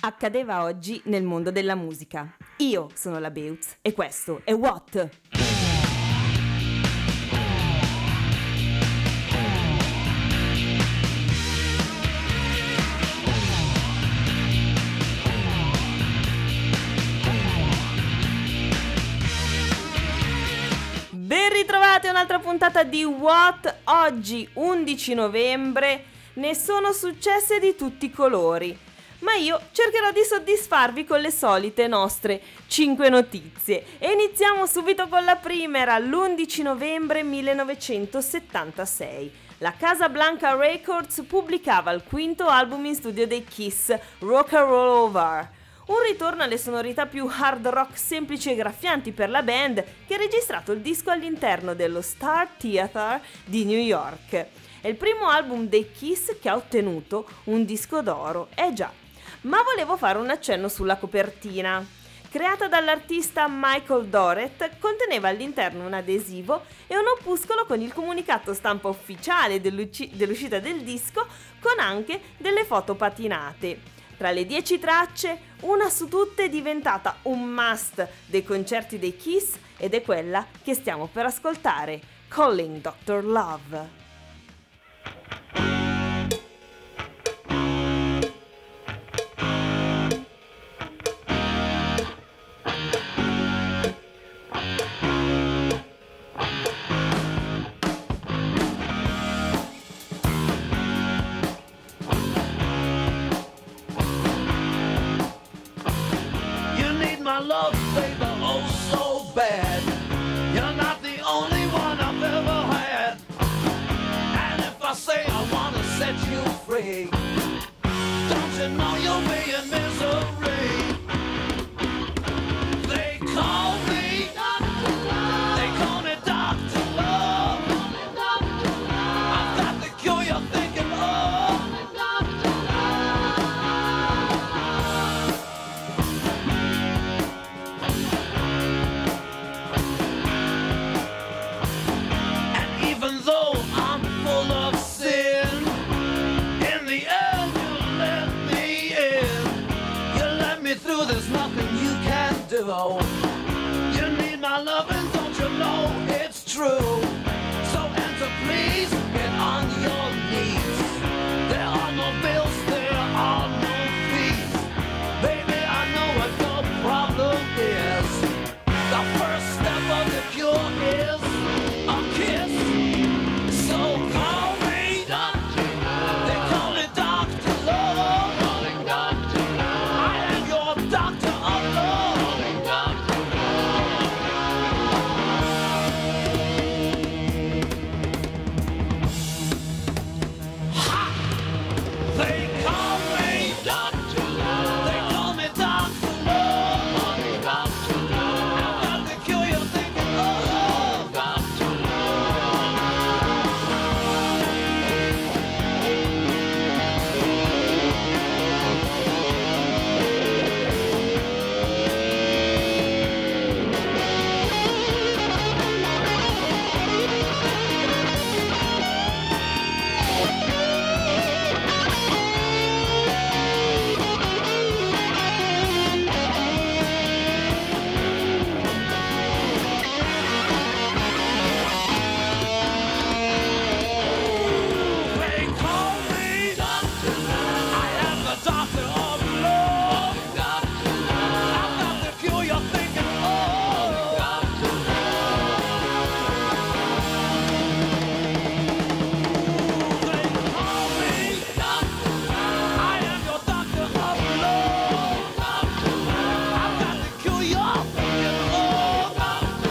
Accadeva oggi nel mondo della musica. Io sono la Beutz e questo è What? Ben ritrovati a un'altra puntata di What? Oggi, 11 novembre, ne sono successe di tutti i colori. Ma io cercherò di soddisfarvi con le solite nostre 5 notizie. E iniziamo subito con la prima, era l'11 novembre 1976. La Casablanca Records pubblicava il quinto album in studio dei Kiss, Rock and Roll Over. Un ritorno alle sonorità più hard rock semplici e graffianti per la band, che ha registrato il disco all'interno dello Star Theater di New York. È il primo album dei Kiss che ha ottenuto un disco d'oro, già. Ma volevo fare un accenno sulla copertina. Creata dall'artista Michael Dorret, conteneva all'interno un adesivo e un opuscolo con il comunicato stampa ufficiale dell'uscita del disco, con anche delle foto patinate. Tra le 10 tracce, una su tutte è diventata un must dei concerti dei Kiss ed è quella che stiamo per ascoltare, Calling Dr. Love. Love, baby, oh so bad. You're not the only one I've ever had. And if I say I wanna set you free, don't you know you'll be in misery? They call me Dr. Love. They call me Dr. Love. I've got the cure you're thinking of. Dr. Love. There's nothing you can do. You need my loving, don't you know it's true? So answer please, get on your knees. There are no bills, there are no fees. Baby, I know what your problem is. The first step of the cure is a kiss. So call me Dr. Love. They call it Dr. Love. Calling Dr. Love. I am your Doctor of Love. Calling Dr. Love. Ha! They call me Dr. Love. They call me Dr. Love. Calling Dr. Love. I've got the cure you're thinking of. Dr. They call me Dr. Love. I am the Doctor of Love. Dr. Love. I've got the cure you're thinking of. Dr. They call me Dr. Love. I am your Doctor of Love. Dr. Love. I've got the cure you're thinking of. Dr.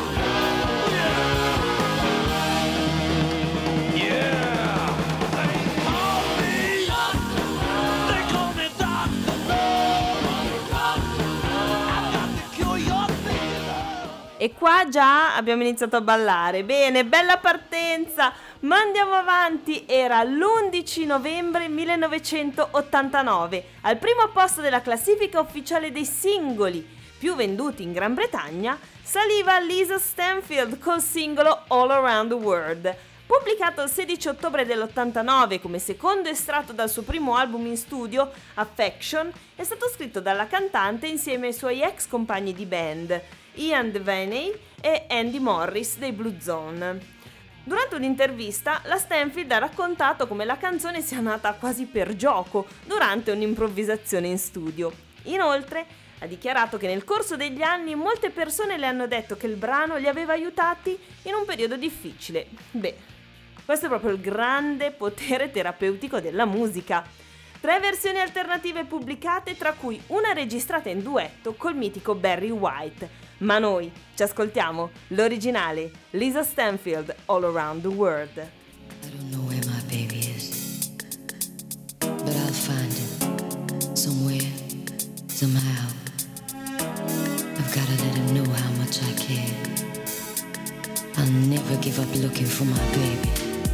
Yeah. They call me Dr. Love. They call me Dr. Love. I've got the cure you're thinking of. E qua già abbiamo iniziato a ballare. Bene, bella partenza! Ma andiamo avanti, era l'11 novembre 1989. Al primo posto della classifica ufficiale dei singoli più venduti in Gran Bretagna saliva Lisa Stanfield col singolo All Around the World. Pubblicato il 16 ottobre dell'89 come secondo estratto dal suo primo album in studio, Affection, è stato scritto dalla cantante insieme ai suoi ex compagni di band, Ian Devaney e Andy Morris dei Blue Zone. Durante un'intervista, la Stanfield ha raccontato come la canzone sia nata quasi per gioco, durante un'improvvisazione in studio. Inoltre, ha dichiarato che nel corso degli anni molte persone le hanno detto che il brano li aveva aiutati in un periodo difficile. Beh, questo è proprio il grande potere terapeutico della musica. 3 versioni alternative pubblicate, tra cui una registrata in duetto col mitico Barry White. Ma noi ci ascoltiamo l'originale, Lisa Stanfield, All Around the World. I don't know where my baby is, but I'll find him somewhere, somehow. I've gotta let him know how much I care. I'll never give up looking for my baby.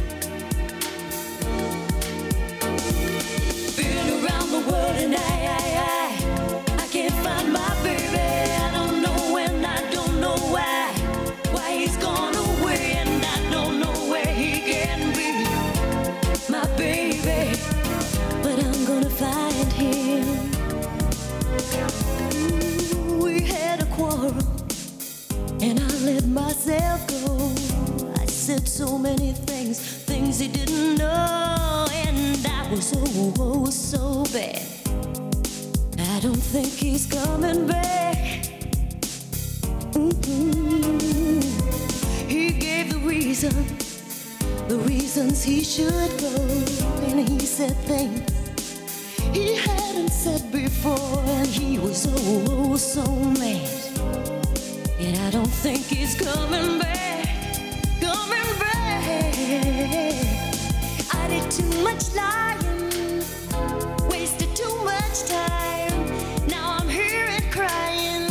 Been around the world and I can't find my baby. I don't know when, I don't know why he's gone away, and I don't know where he can be, my baby. But I'm gonna find him. We had a quarrel and I let myself go. I said so many things he didn't know, and I was so bad. I don't think he's coming back. He gave the reasons he should go, and he said things he hadn't said before, and he was so mad. And I don't think he's coming back, coming back. I did too much lying, wasted too much time. Now I'm here and crying.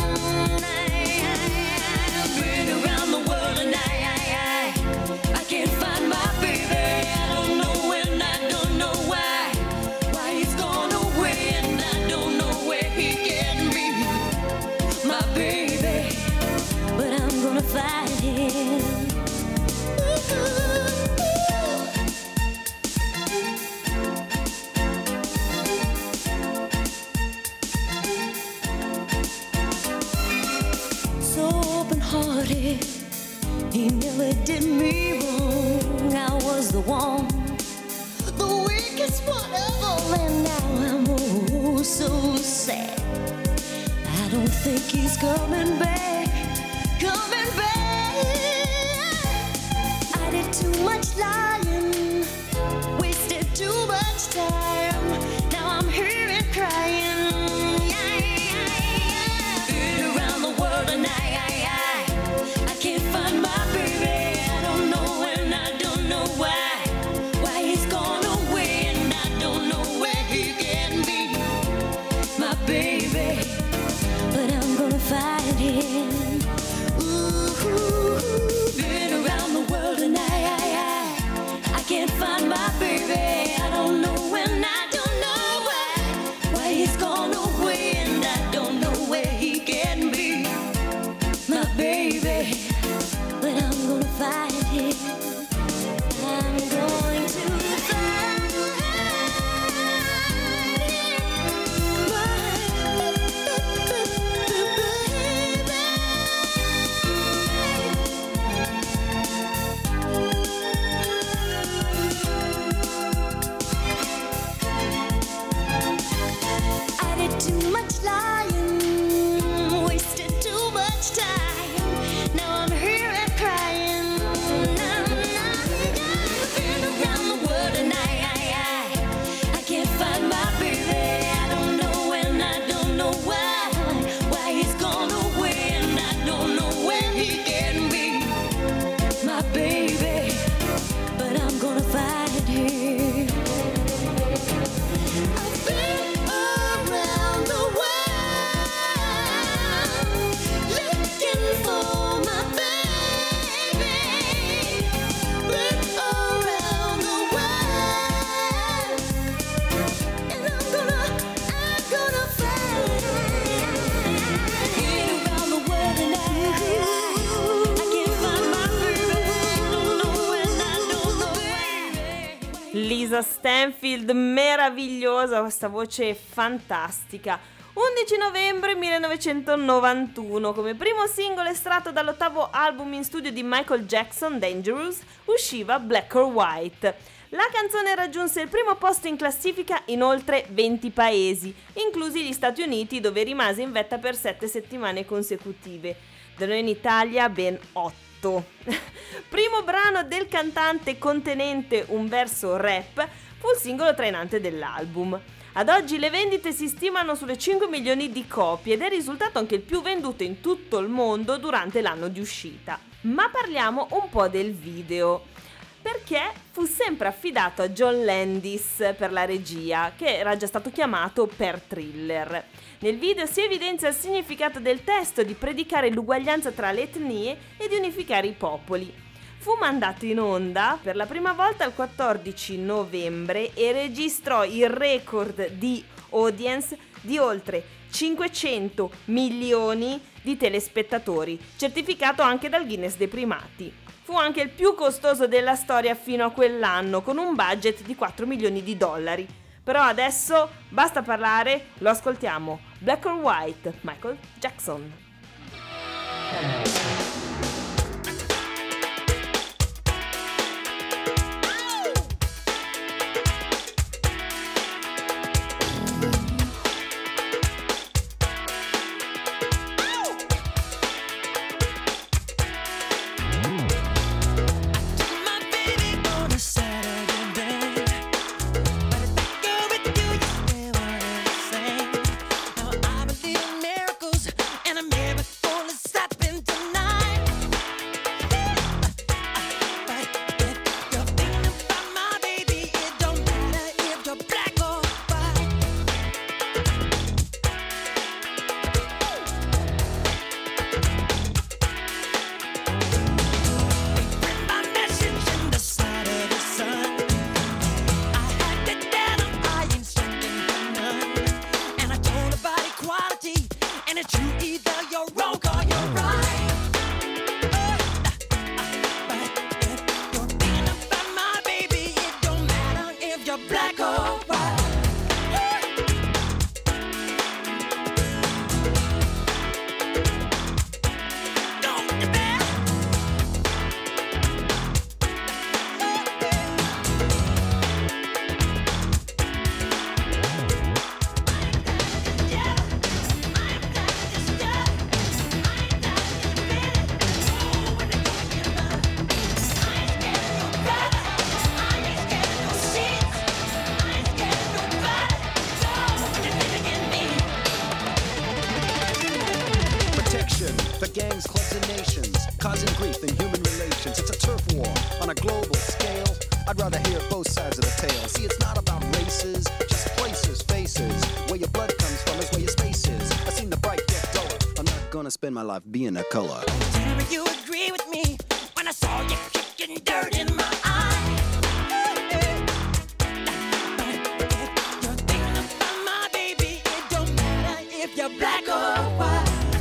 I've been around the world and I can't find my baby. I don't know when, I don't know why he's gone away, and I don't know where he can be, my baby. But I'm gonna find him. So open-hearted, he never did me wrong. I was the one, the weakest one of all, and now I'm so sad. I don't think he's coming back, coming back. I did too much lying, wasted too much time. Now I'm here and crying. Been around the world and I can't find my baby. I don't know when, I don't know why he's gone away, and I don't know where he can be, my baby. But I'm gonna find him. Ooh, been around the world and I can't find my baby. I don't know when, I don't know why he's gone away, and I don't know where he can be, my baby. But I'm gonna find him. I'm going to find I did too much lying, wasted too much time. Now I'm here and crying. Been around the world and I can't find my baby. I don't know when, I don't know why he's gone away, and I don't know where he can be, my baby. But I'm gonna find him. I've been around the world looking for my baby. Been around the world Lisa Stanfield, meravigliosa, questa voce fantastica. 11 novembre 1991, come primo singolo estratto dall'ottavo album in studio di Michael Jackson, Dangerous, usciva Black or White. La canzone raggiunse il primo posto in classifica in oltre 20 paesi, inclusi gli Stati Uniti, dove rimase in vetta per 7 settimane consecutive. Da noi in Italia ben 8. Primo brano del cantante contenente un verso rap, fu il singolo trainante dell'album. Ad oggi le vendite si stimano sulle 5 milioni di copie ed è risultato anche il più venduto in tutto il mondo durante l'anno di uscita. Ma parliamo un po' del video, perché fu sempre affidato a John Landis per la regia, che era già stato chiamato per Thriller. Nel video si evidenzia il significato del testo di predicare l'uguaglianza tra le etnie e di unificare i popoli. Fu mandato in onda per la prima volta il 14 novembre e registrò il record di audience di oltre 500 milioni di telespettatori, certificato anche dal Guinness dei primati. Fu anche il più costoso della storia fino a quell'anno, con un budget di 4 milioni di dollari. Però adesso basta parlare, lo ascoltiamo. Black or White, Michael Jackson. For gangs, clubs, and nations, causing grief in human relations. It's a turf war on a global scale. I'd rather hear both sides of the tale. See, it's not about races, just places, faces. Where your blood comes from is where your space is. I've seen the bright get duller. I'm not gonna spend my life being a color. Tell me you agree with me when I saw you kicking dirt in my eye. If you're thinking about my baby, it don't matter if you're black or white.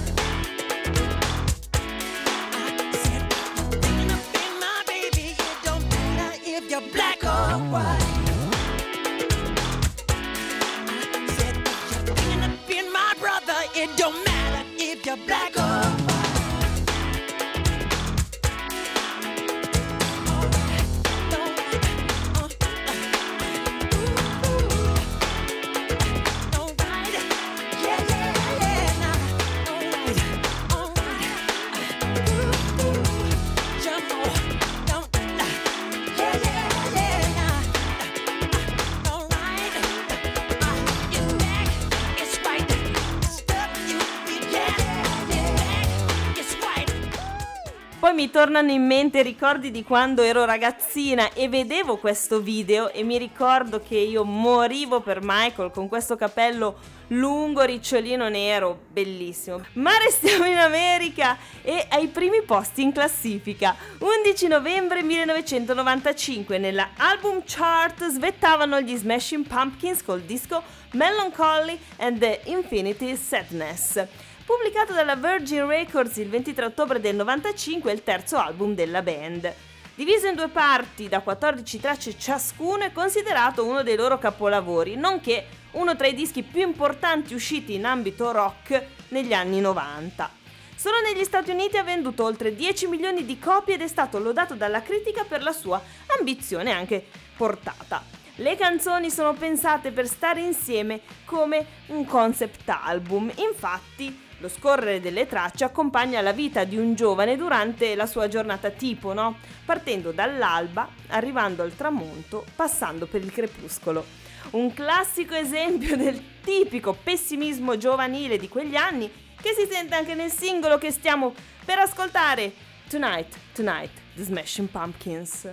You're black or white. I said that you're thinking of being my brother. It don't matter if you're black or white. Poi mi tornano in mente i ricordi di quando ero ragazzina e vedevo questo video e mi ricordo che io morivo per Michael con questo capello lungo, ricciolino nero, bellissimo. Ma restiamo in America e ai primi posti in classifica. 11 novembre 1995 nella album chart svettavano gli Smashing Pumpkins col disco Melancholy and the Infinity Sadness. Pubblicato dalla Virgin Records il 23 ottobre del 95, è il terzo album della band. Diviso in 2 parti da 14 tracce ciascuno, è considerato uno dei loro capolavori, nonché uno tra i dischi più importanti usciti in ambito rock negli anni 90. Solo negli Stati Uniti ha venduto oltre 10 milioni di copie ed è stato lodato dalla critica per la sua ambizione e anche portata. Le canzoni sono pensate per stare insieme come un concept album, infatti lo scorrere delle tracce accompagna la vita di un giovane durante la sua giornata tipo, no? Partendo dall'alba, arrivando al tramonto, passando per il crepuscolo. Un classico esempio del tipico pessimismo giovanile di quegli anni che si sente anche nel singolo che stiamo per ascoltare, Tonight, Tonight, The Smashing Pumpkins.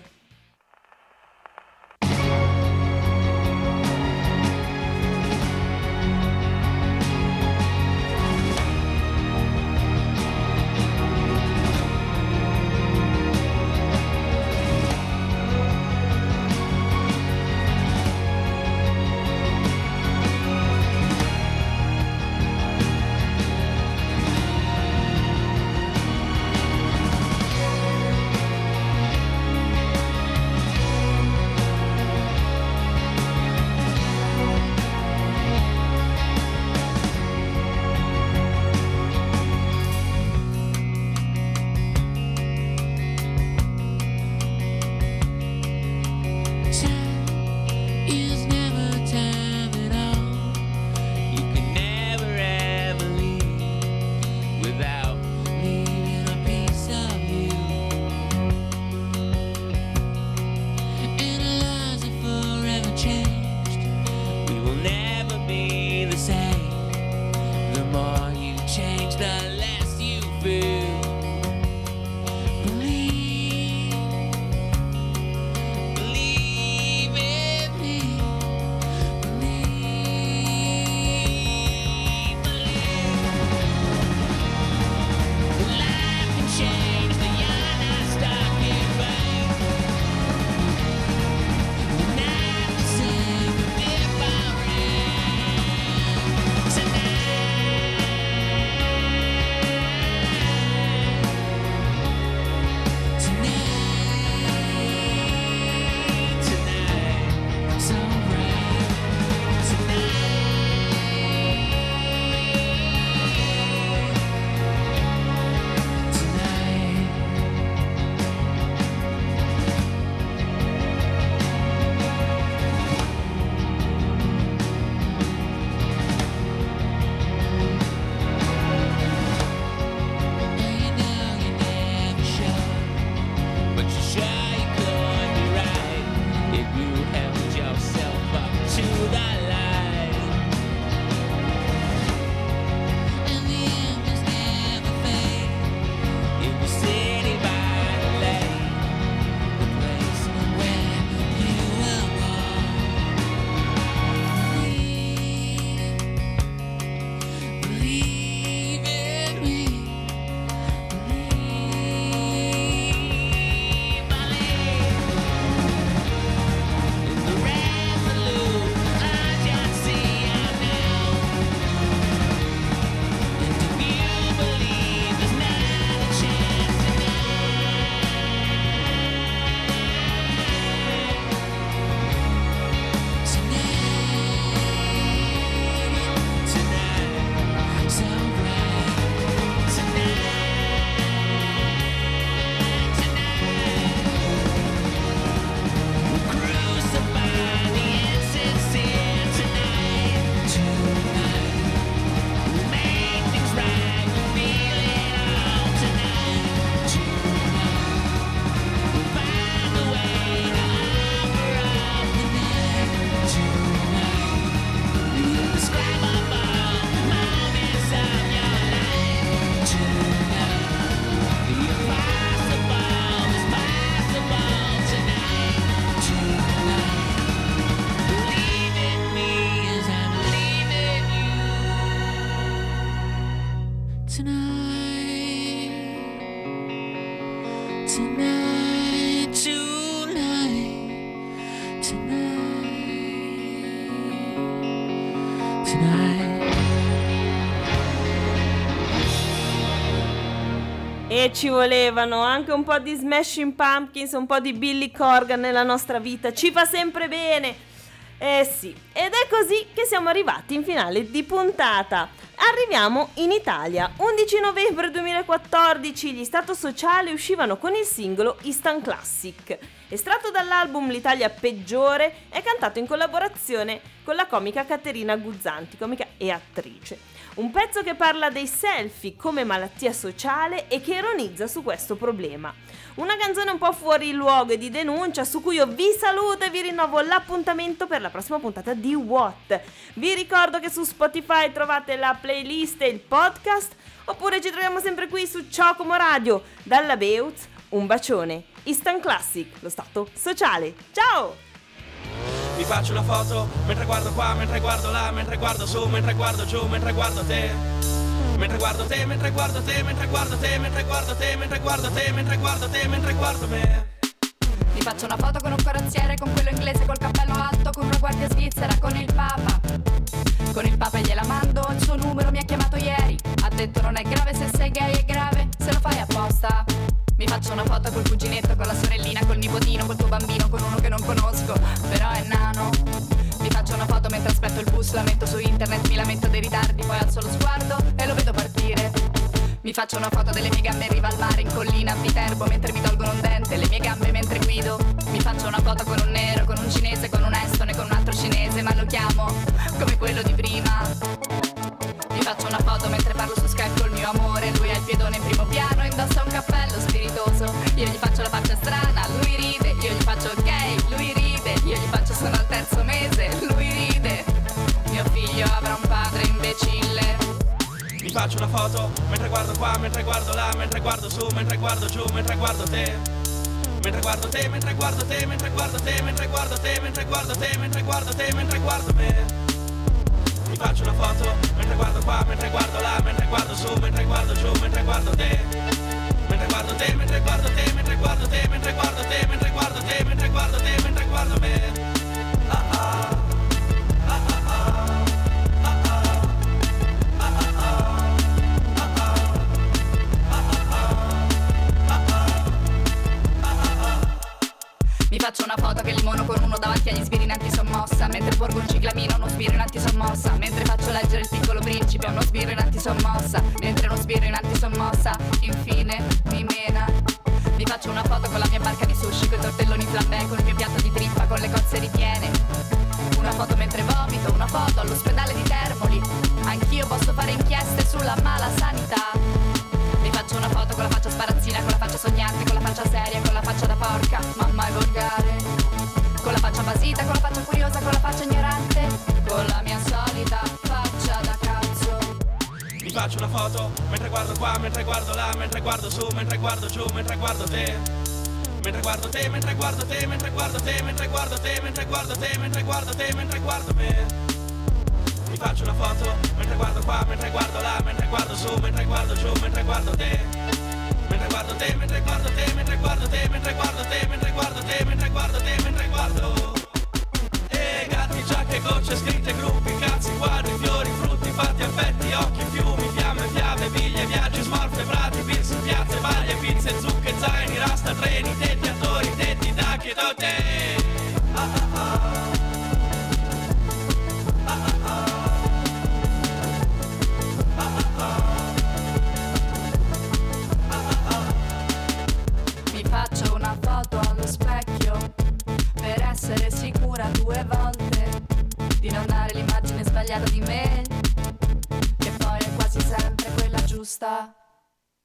E ci volevano anche un po' di Smashing Pumpkins, un po' di Billy Corgan nella nostra vita, ci fa sempre bene. Eh sì, ed è così che siamo arrivati in finale di puntata. Arriviamo in Italia. 11 novembre 2014 gli Stato Sociale uscivano con il singolo Instant Classic. Estratto dall'album L'Italia peggiore, è cantato in collaborazione con la comica Caterina Guzzanti, comica e attrice. Un pezzo che parla dei selfie come malattia sociale e che ironizza su questo problema. Una canzone un po' fuori luogo e di denuncia, su cui io vi saluto e vi rinnovo l'appuntamento per la prossima puntata di What. Vi ricordo che su Spotify trovate la playlist e il podcast, oppure ci troviamo sempre qui su Ciocomo Radio. Dalla Beutz, un bacione. Instant Classic, lo Stato Sociale. Ciao! Mi faccio una foto mentre guardo qua, mentre guardo là, mentre guardo su, mentre guardo giù, mentre guardo te. Mentre guardo te, mentre guardo te, mentre guardo te, mentre guardo te, mentre guardo te, mentre guardo te, mentre guardo me. Mi faccio una foto con un carrozziere, con quello inglese col cappello alto, con una guardia svizzera, con il Papa. Con il Papa gliela mando, il suo numero mi ha chiamato ieri. Ha detto non è grave se sei gay, è grave se lo fai apposta. Mi faccio una foto col cuginetto, con la sorellina, col nipotino, col tuo bambino, con uno che non conosco, però è nano. Mi faccio una foto mentre aspetto il bus, la metto su internet, mi lamento dei ritardi, poi alzo lo sguardo e lo vedo partire. Mi faccio una foto delle mie gambe in riva al mare, in collina a Viterbo, mentre mi tolgono un dente, le mie gambe mentre guido. Mi faccio una foto con un nero, con un cinese, con un estone, con un altro cinese, ma lo chiamo come quello di prima. Mi faccio una foto mentre parlo su Skype col mio amore, lui ha il piedone in primo piano, indossa un cappello spiritoso. Io gli faccio la faccia strana, lui ride, io gli faccio ok, lui ride, io gli faccio sono al terzo mese, lui ride. Mio figlio avrà un padre imbecille. Mi faccio una foto mentre guardo qua, mentre guardo là, mentre guardo su, mentre guardo giù, mentre guardo te. Mentre guardo te, mentre guardo te, mentre guardo te, mentre guardo te, mentre guardo te, mentre guardo te, mentre guardo me. Mi faccio una foto mentre guardo qua, mentre guardo là, mentre guardo su, mentre guardo giù, mentre guardo te. Mentre guardo te, mentre guardo te, mentre guardo te, mentre guardo te, mentre guardo te, mentre guardo te, mentre guardo me. Ah ah. Mi faccio una foto che limono con uno davanti agli sbirinanti sommossa, mentre porgo un ciclamino a uno sbirro in antisommossa, mentre faccio leggere il Piccolo Principe a uno sbirro in antisommossa, mentre uno sbirro in antisommossa infine mi mena. Mi faccio una foto con la mia barca di sushi, con i tortelloni flambè, con il mio piatto di trippa, con le cozze ripiene. Una foto mentre vomito, una foto all'ospedale di Termoli. Anch'io posso fare inchieste sulla mala sanità. Mi faccio una foto con la faccia sparazzina, con la faccia sognante, con la faccia seria, con la faccia da porca, ma mai volgare. Con la faccia basita, con la faccia curiosa, con la faccia ignorante, con la mia solita faccia da cazzo. Mi faccio una foto mentre guardo qua, mentre guardo là, mentre guardo su, mentre guardo giù, mentre guardo te. Mentre guardo te, mentre guardo te, mentre guardo te, mentre guardo te, mentre guardo te, mentre guardo te, mentre guardo me. Mi faccio una foto mentre guardo qua, mentre guardo là, mentre guardo su, mentre guardo giù, mentre guardo te. Mentre guardo te, mentre guardo te, mentre guardo te, mentre guardo te, mentre guardo te, mentre guardo te, mentre guardo. E gatti, giacche, gocce, scritte, gruppi, cazzi, quadri, fiori, frutti, fatti, affetti, occhi, fiumi, fiamme, fiabe, biglie, viaggi, smorfie, prati, pizze, piazze, maglie, pizze, zucche, zaini, rasta, treni, tetti, attori, tetti, tacchi, dote. Ah ah ah. Mi faccio una foto allo specchio per essere sicura 2 volte di non dare l'immagine sbagliata di me, che poi è quasi sempre quella giusta.